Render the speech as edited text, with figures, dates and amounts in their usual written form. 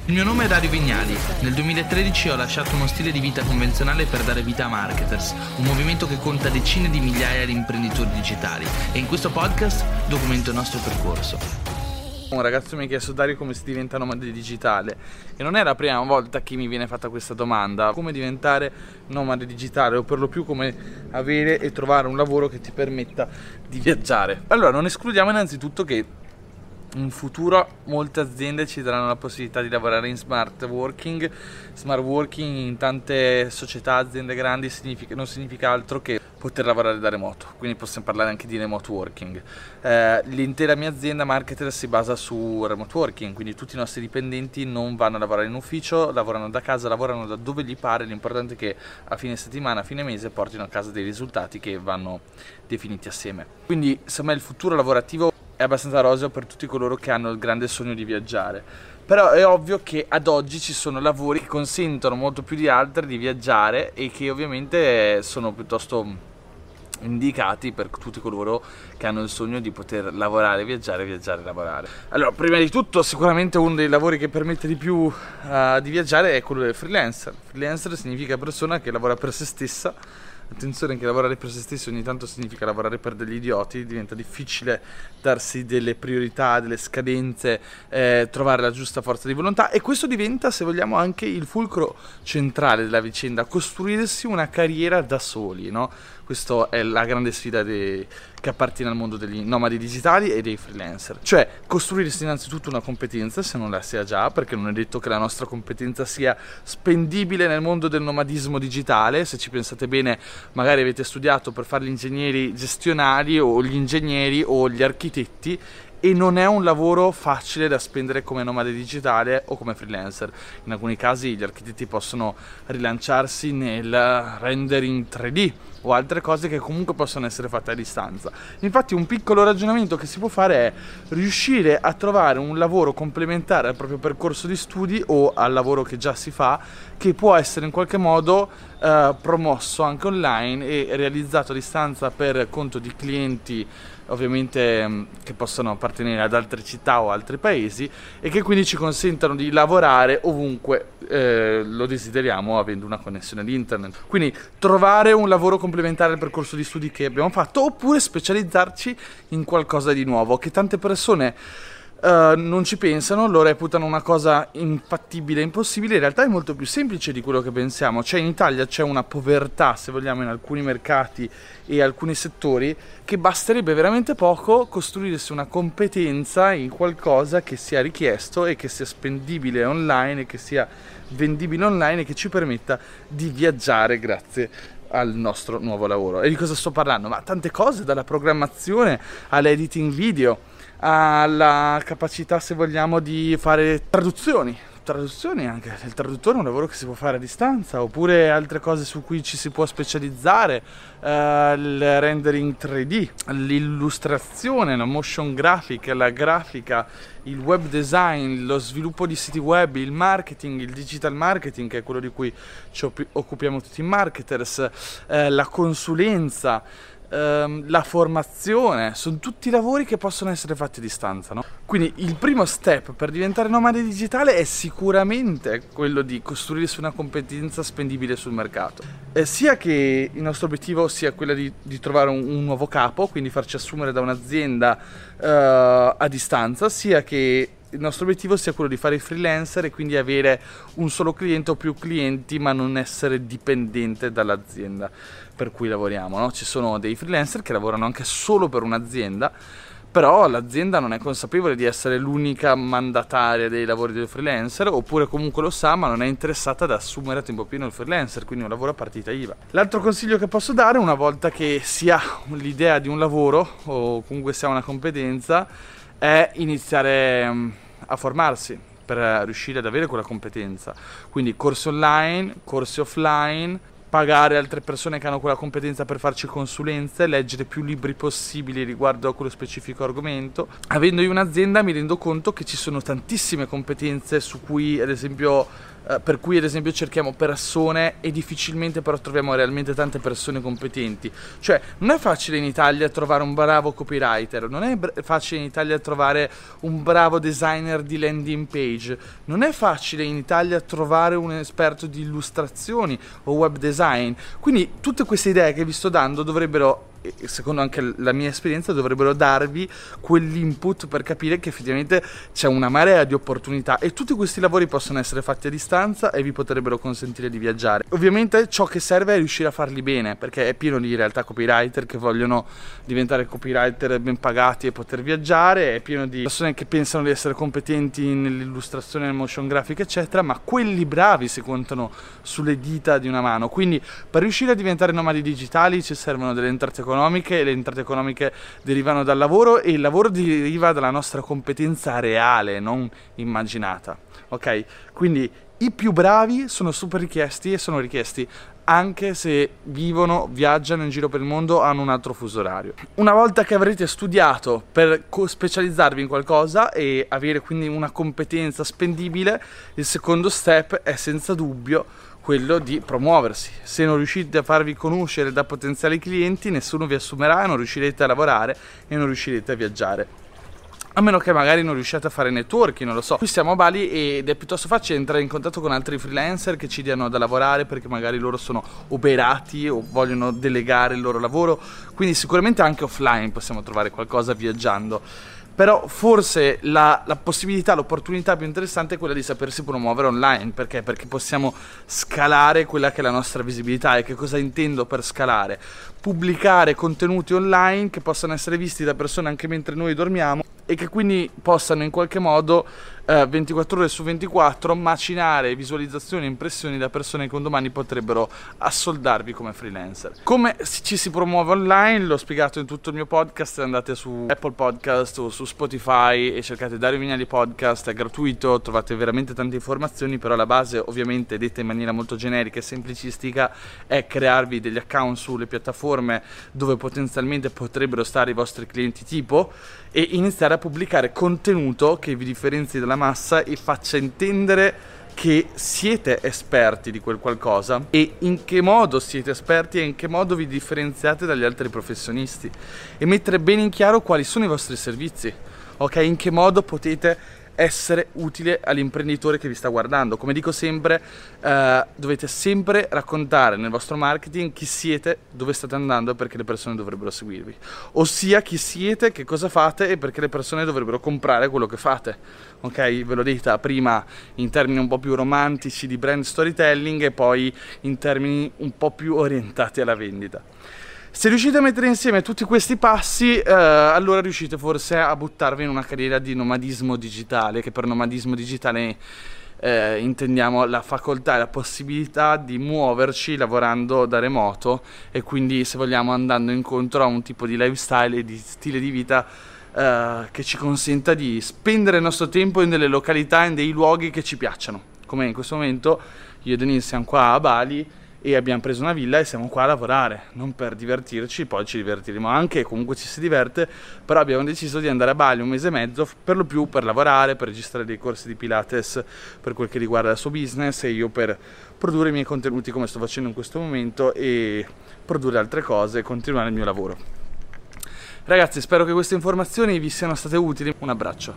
Il mio nome è Dario Vignali. Nel 2013 ho lasciato uno stile di vita convenzionale per dare vita a Marketers, un movimento che conta decine di migliaia di imprenditori digitali, e in questo podcast documento il nostro percorso. Un ragazzo mi ha chiesto: Dario, come si diventa nomade digitale? E non è la prima volta che mi viene fatta questa domanda: come diventare nomade digitale, o per lo più come avere e trovare un lavoro che ti permetta di viaggiare. Allora, non escludiamo innanzitutto che in futuro molte aziende ci daranno la possibilità di lavorare in smart working. Smart working in tante società, aziende grandi, non significa altro che poter lavorare da remoto, quindi possiamo parlare anche di remote working. L'intera mia azienda Marketer si basa su remote working, quindi tutti i nostri dipendenti non vanno a lavorare in ufficio, lavorano da casa, lavorano da dove gli pare. L'importante è che a fine settimana, a fine mese portino a casa dei risultati che vanno definiti assieme. Quindi secondo me il futuro lavorativo è abbastanza roseo per tutti coloro che hanno il grande sogno di viaggiare. Però è ovvio che ad oggi ci sono lavori che consentono molto più di altri di viaggiare e che ovviamente sono piuttosto indicati per tutti coloro che hanno il sogno di poter lavorare, viaggiare, lavorare. Allora, prima di tutto, sicuramente uno dei lavori che permette di più di viaggiare è quello del freelancer. Freelancer significa persona che lavora per se stessa. Attenzione che lavorare per se stessi ogni tanto significa lavorare per degli idioti, diventa difficile darsi delle priorità, delle scadenze, trovare la giusta forza di volontà, e questo diventa, se vogliamo, anche il fulcro centrale della vicenda: costruirsi una carriera da soli, no? Questa è la grande sfida che appartiene al mondo degli nomadi digitali e dei freelancer, cioè costruirsi innanzitutto una competenza, se non la sia già, perché non è detto che la nostra competenza sia spendibile nel mondo del nomadismo digitale. Se ci pensate bene, magari avete studiato per fare gli ingegneri gestionali o gli ingegneri o gli architetti, e non è un lavoro facile da spendere come nomade digitale o come freelancer. In alcuni casi gli architetti possono rilanciarsi nel rendering 3D o altre cose che comunque possono essere fatte a distanza. Infatti un piccolo ragionamento che si può fare è riuscire a trovare un lavoro complementare al proprio percorso di studi o al lavoro che già si fa, che può essere in qualche modo promosso anche online e realizzato a distanza per conto di clienti, ovviamente che possono appartenere ad altre città o altri paesi, e che quindi ci consentano di lavorare ovunque lo desideriamo, avendo una connessione di internet. Quindi trovare un lavoro complementare al percorso di studi che abbiamo fatto, oppure specializzarci in qualcosa di nuovo, che tante persone non ci pensano, lo reputano una cosa infattibile, impossibile. In realtà è molto più semplice di quello che pensiamo. Cioè, in Italia c'è una povertà, se vogliamo, in alcuni mercati e alcuni settori, che basterebbe veramente poco costruirsi una competenza in qualcosa che sia richiesto e che sia spendibile online e che sia vendibile online e che ci permetta di viaggiare grazie al nostro nuovo lavoro. E di cosa sto parlando? Ma tante cose, dalla programmazione all'editing video, alla capacità, se vogliamo, di fare traduzioni anche. Il traduttore è un lavoro che si può fare a distanza, oppure altre cose su cui ci si può specializzare, il rendering 3D, l'illustrazione, la motion graphic, la grafica, il web design, lo sviluppo di siti web, il marketing, il digital marketing, che è quello di cui ci occupiamo tutti i marketers, la consulenza, la formazione. Sono tutti lavori che possono essere fatti a distanza, no? Quindi il primo step per diventare nomade digitale è sicuramente quello di costruirsi una competenza spendibile sul mercato, sia che il nostro obiettivo sia quello di trovare un nuovo capo, quindi farci assumere da un'azienda a distanza, sia che il nostro obiettivo sia quello di fare i freelancer e quindi avere un solo cliente o più clienti, ma non essere dipendente dall'azienda per cui lavoriamo, no? Ci sono dei freelancer che lavorano anche solo per un'azienda, però l'azienda non è consapevole di essere l'unica mandataria dei lavori del freelancer, oppure comunque lo sa ma non è interessata ad assumere a tempo pieno il freelancer, quindi un lavoro a partita IVA. L'altro consiglio che posso dare, una volta che si ha l'idea di un lavoro o comunque si ha una competenza, è iniziare a formarsi per riuscire ad avere quella competenza. Quindi corsi online, corsi offline, pagare altre persone che hanno quella competenza per farci consulenze, leggere più libri possibili riguardo a quello specifico argomento. Avendo io un'azienda mi rendo conto che ci sono tantissime competenze su cui ad esempio per cui ad esempio cerchiamo persone e difficilmente però troviamo realmente tante persone competenti. Cioè non è facile in Italia trovare un bravo copywriter, non è facile in Italia trovare un bravo designer di landing page, non è facile in Italia trovare un esperto di illustrazioni o web design. Quindi tutte queste idee che vi sto dando dovrebbero, secondo anche la mia esperienza, dovrebbero darvi quell'input per capire che effettivamente c'è una marea di opportunità e tutti questi lavori possono essere fatti a distanza e vi potrebbero consentire di viaggiare. Ovviamente ciò che serve è riuscire a farli bene, perché è pieno di realtà copywriter che vogliono diventare copywriter ben pagati e poter viaggiare, è pieno di persone che pensano di essere competenti nell'illustrazione, nel motion graphic eccetera, ma quelli bravi si contano sulle dita di una mano. Quindi per riuscire a diventare nomadi digitali ci servono delle entrate economiche, e le entrate economiche derivano dal lavoro e il lavoro deriva dalla nostra competenza reale, non immaginata, ok? Quindi i più bravi sono super richiesti e sono richiesti anche se vivono, viaggiano in giro per il mondo, hanno un altro fuso orario. Una volta che avrete studiato per specializzarvi in qualcosa e avere quindi una competenza spendibile, il secondo step è senza dubbio quello di promuoversi. Se non riuscite a farvi conoscere da potenziali clienti, nessuno vi assumerà, non riuscirete a lavorare e non riuscirete a viaggiare. A meno che magari non riusciate a fare networking, non lo so. Qui siamo a Bali ed è piuttosto facile entrare in contatto con altri freelancer che ci diano da lavorare perché magari loro sono oberati o vogliono delegare il loro lavoro. Quindi sicuramente anche offline possiamo trovare qualcosa viaggiando. Però forse la possibilità, l'opportunità più interessante è quella di sapersi promuovere online. Perché? Perché possiamo scalare quella che è la nostra visibilità. E che cosa intendo per scalare? Pubblicare contenuti online che possano essere visti da persone anche mentre noi dormiamo e che quindi possano in qualche modo 24 ore su 24 macinare visualizzazioni e impressioni da persone che un domani potrebbero assoldarvi come freelancer. Come ci si promuove online l'ho spiegato in tutto il mio podcast. Andate su Apple Podcast o su Spotify e cercate Dario Vignali Podcast, è gratuito, trovate veramente tante informazioni, però la base, ovviamente detta in maniera molto generica e semplicistica, è crearvi degli account sulle piattaforme dove potenzialmente potrebbero stare i vostri clienti tipo e iniziare a pubblicare contenuto che vi differenzi dalla massa e faccia intendere che siete esperti di quel qualcosa e in che modo siete esperti e in che modo vi differenziate dagli altri professionisti e mettere bene in chiaro quali sono i vostri servizi, ok? In che modo potete essere utile all'imprenditore che vi sta guardando. Come dico sempre, dovete sempre raccontare nel vostro marketing chi siete, dove state andando e perché le persone dovrebbero seguirvi, ossia chi siete, che cosa fate e perché le persone dovrebbero comprare quello che fate, ok? Ve l'ho detta prima in termini un po' più romantici di brand storytelling e poi in termini un po' più orientati alla vendita. Se riuscite a mettere insieme tutti questi passi, allora riuscite forse a buttarvi in una carriera di nomadismo digitale, che per nomadismo digitale intendiamo la facoltà e la possibilità di muoverci lavorando da remoto e quindi, se vogliamo, andando incontro a un tipo di lifestyle e di stile di vita che ci consenta di spendere il nostro tempo in delle località, in dei luoghi che ci piacciono. Come in questo momento io e Denise siamo qua a Bali e abbiamo preso una villa e siamo qua a lavorare, non per divertirci, poi ci divertiremo anche, comunque ci si diverte, però abbiamo deciso di andare a Bali un mese e mezzo, per lo più per lavorare, per registrare dei corsi di Pilates per quel che riguarda il suo business e io per produrre i miei contenuti come sto facendo in questo momento e produrre altre cose e continuare il mio lavoro. Ragazzi, spero che queste informazioni vi siano state utili, un abbraccio.